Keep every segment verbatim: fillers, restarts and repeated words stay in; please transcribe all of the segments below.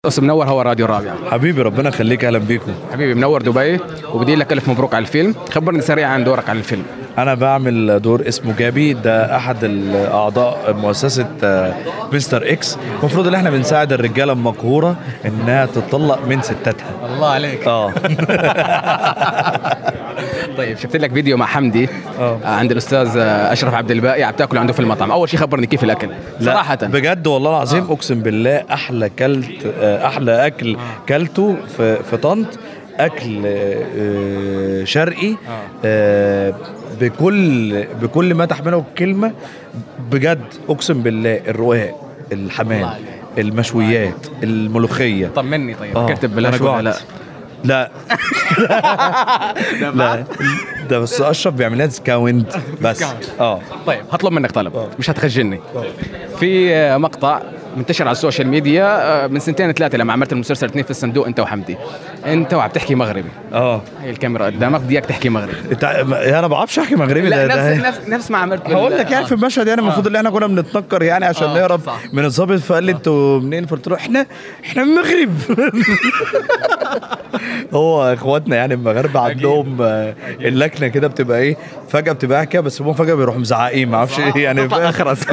بس منور هو راديو الرابع. حبيبي ربنا يخليك، اهلا بيكم. حبيبي منور دبي، وبدي لك الف مبروك على الفيلم. خبرني سريعا عن دورك على الفيلم. انا بعمل دور اسمه جابي، ده احد الاعضاء مؤسسه مستر اكس. المفروض ان احنا بنساعد الرجاله المقهوره انها تطلق من ستاتها. الله عليك. اه طيب شفت لك فيديو مع حمدي اه عند الاستاذ اشرف عبد الباقي، عم تاكل عنده في المطعم. اول شيء خبرني كيف الاكل صراحه. بجد والله العظيم آه. اقسم بالله احلى كلت احلى اكل كلته في في طنط. اكل شرقي بكل بكل ما تحمله الكلمه. بجد اقسم بالله، الرقاق، الحمام، المشويات، الملوخيه. طمني طيب، آه. كرت ببلاش ولا لا؟ لا لا ده بس اشرف بيعمل لها ديسكاونت بس. اه طيب هطلب منك طلب، أوه. مش هتخجلني. في مقطع منتشر على السوشيال ميديا من سنتين ثلاثه لما عملت المسلسل اثنين في الصندوق انت وحمدي، انت وعم تحكي مغربي. اه هي الكاميرا قدامك، بدي اياك تحكي مغربي. انت انا ما بعرفش احكي مغربي. لا ده نفس ده نفس نفس ما عملت. هقول لك يعني في المشهد، يعني المفروض ان احنا كنا بنتنكر يعني عشان آه نهرب صح. من الضابط، فقال لي انتوا منين؟ فقلت له احنا احنا من المغرب. هو اخواتنا يعني المغاربه عندهم اللكنه كده بتبقى ايه، فجاه بتبقى قاعد كده بس هم فجاه بيروحوا مزعقين، ما اعرفش ايه يعني اخرس.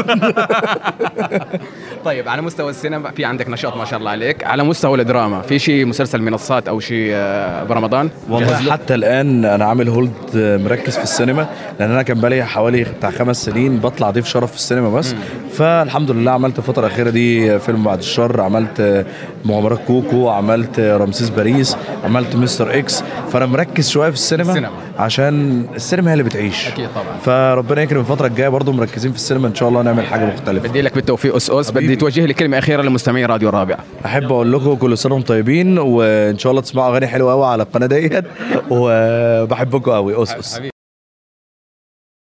طيب على مستوى السينما في عندك نشاط ما شاء الله عليك، على مستوى الدراما في شيء مسلسل منصات او شيء برمضان؟ والله حتى الان انا عامل هولد مركز في السينما، لان انا كان بقالي حوالي بتاع خمس سنين بطلع ضيف شرف في السينما بس. م. فالحمد لله عملت الفتره الاخيره دي فيلم بعد الشر، عملت مغامرات كوكو، عملت رمسيس باريس، عملت مستر اكس. فانا مركز شويه في السينما, السينما عشان السينما هي اللي بتعيش. اكيد طبعا. فربنا يكرم الفتره الجايه برضو مركزين في السينما ان شاء الله نعمل حاجه مختلفه. بدي لك بالتوفيق اس اس. بدي توجه لي كلمه اخيره لمستمعي راديو الرابع. احب اقول لكم كل سنه وانتم طيبين، وان شاء الله تسمعوا اغاني حلوه قوي على القناه ديت، وبحبكم قوي. اس اس